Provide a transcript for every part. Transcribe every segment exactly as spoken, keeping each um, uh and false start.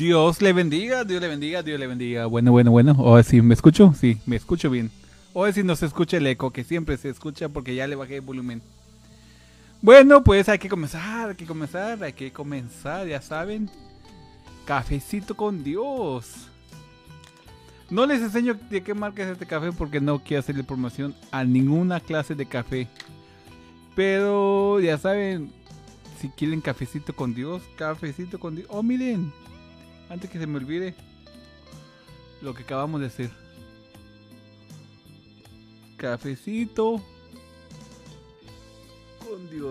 Dios le bendiga, Dios le bendiga, Dios le bendiga. Bueno, bueno, bueno. O si me escucho, sí, me escucho bien. O si no se escucha el eco, que siempre se escucha porque ya le bajé el volumen. Bueno, pues hay que comenzar, hay que comenzar, hay que comenzar, ya saben. Cafecito con Dios. No les enseño de qué marca es este café porque no quiero hacerle promoción a ninguna clase de café. Pero ya saben, si quieren cafecito con Dios, cafecito con Dios. Oh, miren, antes que se me olvide lo que acabamos de hacer. Cafecito con Dios.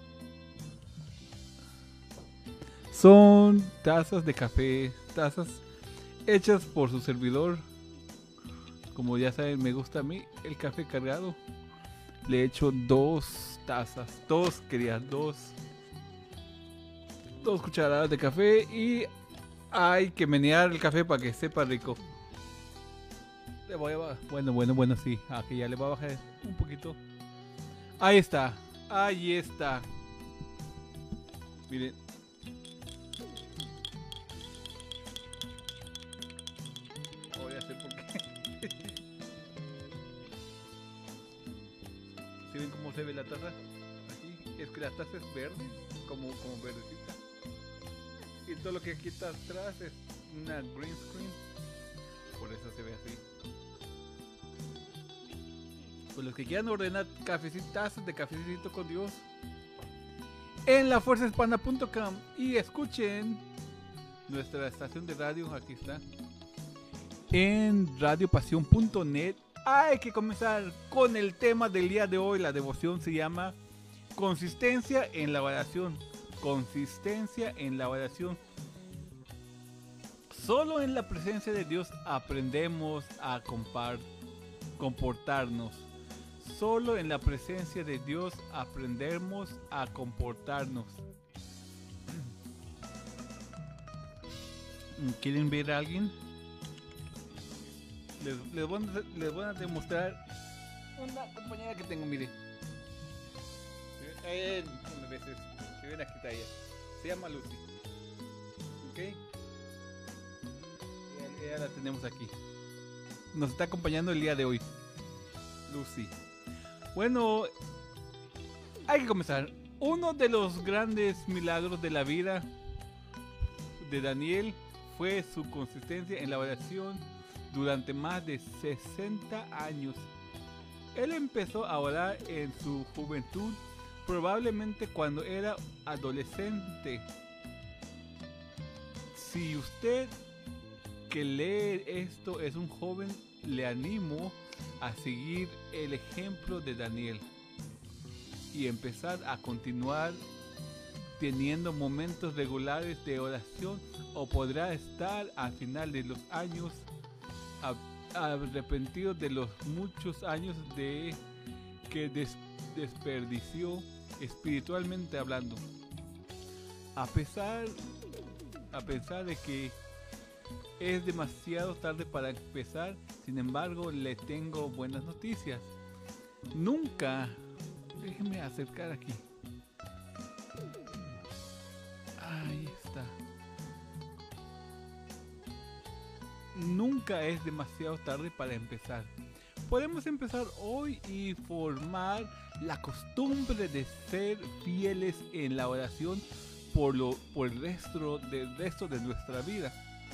Son tazas de café, tazas hechas por su servidor. Como ya saben, me gusta a mí el café cargado. Le he hecho dos tazas, dos quería, dos. Dos cucharadas de café y hay que menear el café para que sepa rico. Le voy a bajar. Bueno, bueno, bueno, sí. Aquí ya le voy a bajar un poquito. Ahí está. Ahí está. Miren. Voy a hacer porque. ¿Sí ven cómo se ve la taza? Aquí. Es que la taza es verde. Como, como verdecita. Y todo lo que aquí está atrás es una green screen. Por eso se ve así. Pues los que quieran ordenar cafecitas de cafecito con Dios en la fuerza hispana punto com y escuchen nuestra estación de radio, aquí está, en radio pasión punto net. Hay que comenzar con el tema del día de hoy. La devoción se llama consistencia en la oración. Consistencia en la oración. Solo en la presencia de Dios aprendemos a comportarnos. Solo en la presencia de Dios aprendemos a comportarnos. ¿Quieren ver a alguien? Les, les, voy, a, les voy a demostrar una compañera que tengo, mire. Eh, no me beses. Si ven, aquí está ella. Se llama Lucy. ¿Ok? Ella, ella la tenemos aquí. Nos está acompañando el día de hoy. Lucy. Bueno, hay que comenzar. Uno de los grandes milagros de la vida de Daniel fue su consistencia en la oración durante más de sesenta años. Él empezó a orar en su juventud, probablemente cuando era adolescente. Si usted que lee esto es un joven, le animo a seguir el ejemplo de Daniel y empezar a continuar teniendo momentos regulares de oración, o podrá estar al final de los años arrepentido de los muchos años de que des, desperdició espiritualmente hablando. A pesar a pesar de que es demasiado tarde para empezar, sin embargo, le tengo buenas noticias. Nunca, déjenme acercar aquí. Ahí está. Nunca es demasiado tarde para empezar. Podemos empezar hoy y formar la costumbre de ser fieles en la oración por, lo, por el resto, del resto de nuestra vida.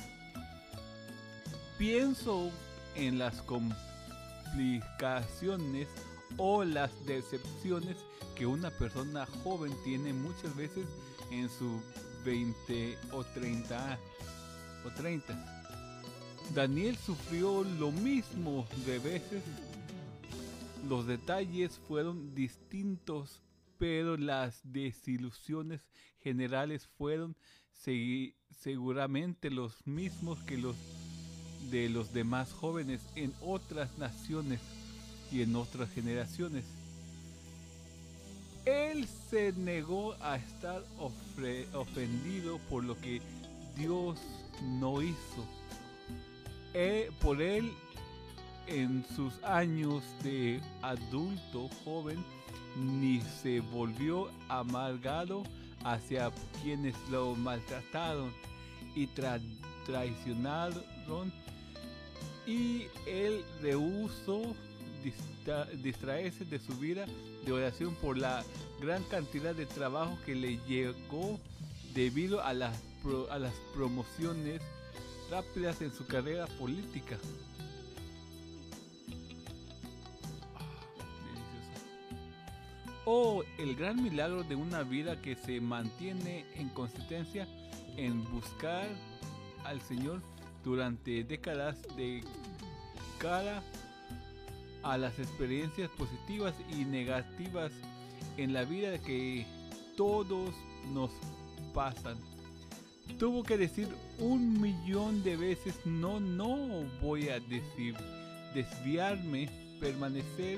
Pienso en las complicaciones o las decepciones que una persona joven tiene muchas veces en sus veinte o treinta o treinta. Daniel sufrió lo mismo de veces. Los detalles fueron distintos, pero las desilusiones generales fueron segui- seguramente los mismos que los de los demás jóvenes en otras naciones y en otras generaciones. Él se negó a estar ofre- ofendido por lo que Dios no hizo. Eh, por él, en sus años de adulto joven, ni se volvió amargado hacia quienes lo maltrataron y tra traicionaron y él rehusó distra distraerse de su vida de oración por la gran cantidad de trabajo que le llegó debido a las, pro a las promociones rápidas en su carrera política. Oh, el gran milagro de una vida que se mantiene en consistencia en buscar al Señor durante décadas de cara a las experiencias positivas y negativas en la vida que todos nos pasan. Tuvo que decir un millón de veces no, no voy a decir, desviarme, permanecer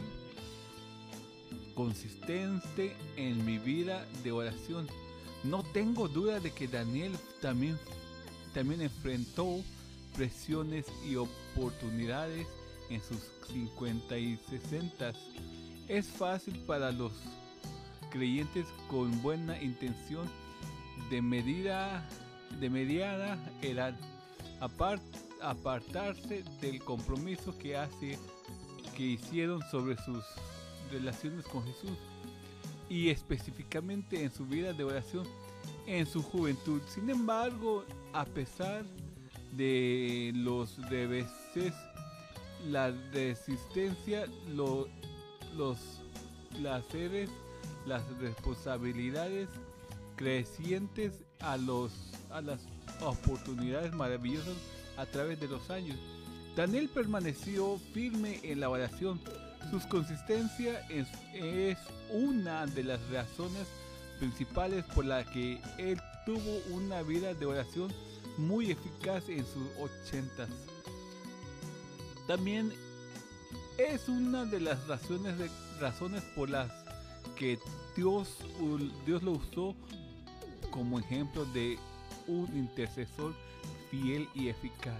consistente en mi vida de oración. No tengo duda de que Daniel también, también enfrentó presiones y oportunidades en sus cincuenta y sesenta. Es fácil para los creyentes con buena intención de medida de mediana edad apart, apartarse del compromiso que hace que hicieron sobre sus relaciones con Jesús y específicamente en su vida de oración en su juventud. Sin embargo, a pesar de los reveses, la resistencia, lo, los placeres, las responsabilidades crecientes a, los, a las oportunidades maravillosas a través de los años, Daniel permaneció firme en la oración. Su consistencia es, es una de las razones principales por la que él tuvo una vida de oración muy eficaz en sus ochentas. También es una de las razones, de, razones por las que Dios, Dios lo usó como ejemplo de un intercesor fiel y eficaz.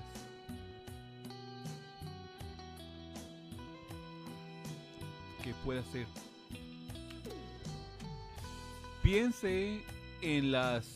Que puede hacer. Piense en las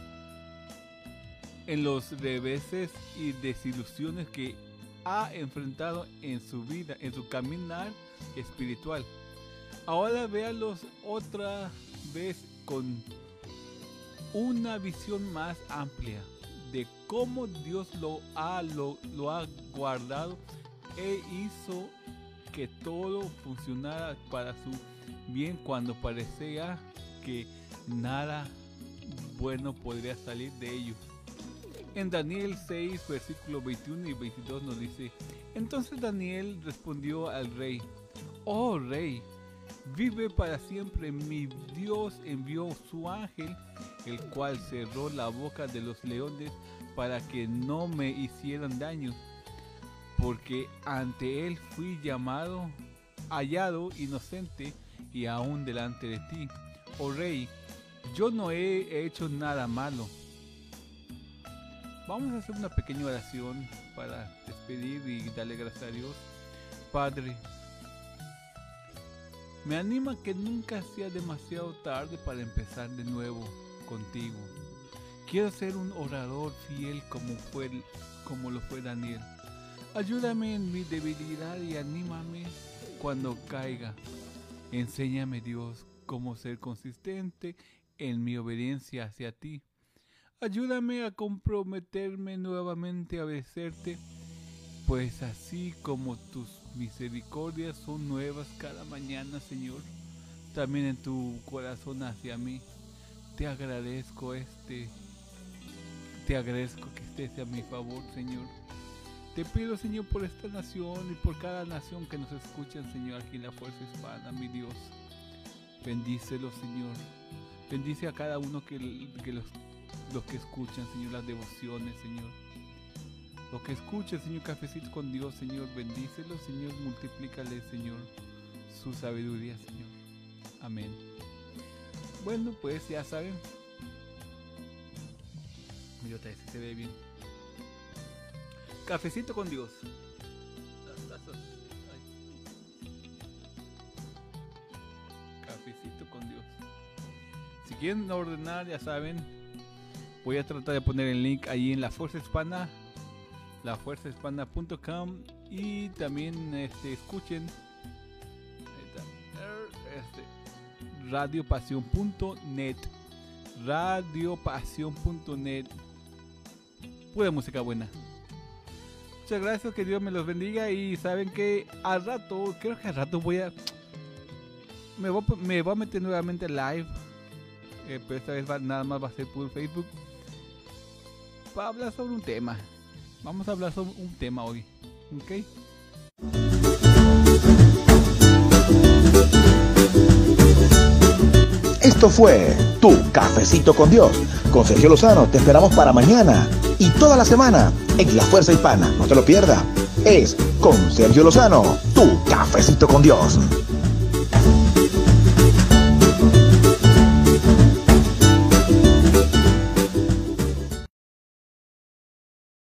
en los reveses y desilusiones que ha enfrentado en su vida, en su caminar espiritual. Ahora véalos otra vez con una visión más amplia de cómo Dios lo ha, lo, lo ha guardado e hizo que todo funcionara para su bien cuando parecía que nada bueno podría salir de ello. En Daniel seis, versículos veintiuno y veintidós nos dice: entonces Daniel respondió al rey: oh rey, vive para siempre. Mi Dios envió su ángel, el cual cerró la boca de los leones para que no me hicieran daño, porque ante él fui llamado, hallado inocente y aún delante de ti. Oh rey, yo no he hecho nada malo. Vamos a hacer una pequeña oración para despedir y darle gracias a Dios. Padre, me anima que nunca sea demasiado tarde para empezar de nuevo contigo. Quiero ser un orador fiel como, fue, como lo fue Daniel. Ayúdame en mi debilidad y anímame cuando caiga. Enséñame, Dios, cómo ser consistente en mi obediencia hacia ti. Ayúdame a comprometerme nuevamente a obedecerte, pues así como tus misericordias son nuevas cada mañana, Señor, también en tu corazón hacia mí. Te agradezco este, te agradezco que estés a mi favor, Señor. Te pido, Señor, por esta nación y por cada nación que nos escuchan, Señor, aquí en la Fuerza Hispana, mi Dios. Bendícelo, Señor. Bendice a cada uno que, que los, los que escuchan, Señor, las devociones, Señor. Los que escuchan, Señor, Cafecito con Dios, Señor, bendícelo, Señor, multiplícale, Señor, su sabiduría, Señor. Amén. Bueno, pues ya saben. Mi otra vez se ve bien. Cafecito con Dios. Las tazas. Ay. Cafecito con Dios. Si quieren ordenar, ya saben, voy a tratar de poner el link ahí en la Fuerza Hispana la fuerza hispana punto com y también este, escuchen este, radio pasión punto net. radio pasión punto net. Pura música buena. Muchas gracias, que Dios me los bendiga. Y saben que al rato, creo que al rato voy a me voy, me voy a meter nuevamente live, eh, pero esta vez va, nada más va a ser por Facebook, para hablar sobre un tema. Vamos a hablar sobre un tema hoy, ¿ok? Esto fue Tu Cafecito con Dios. Con Sergio Lozano te esperamos para mañana y toda la semana en La Fuerza Hispana. No te lo pierdas. Es con Sergio Lozano, Tu Cafecito con Dios.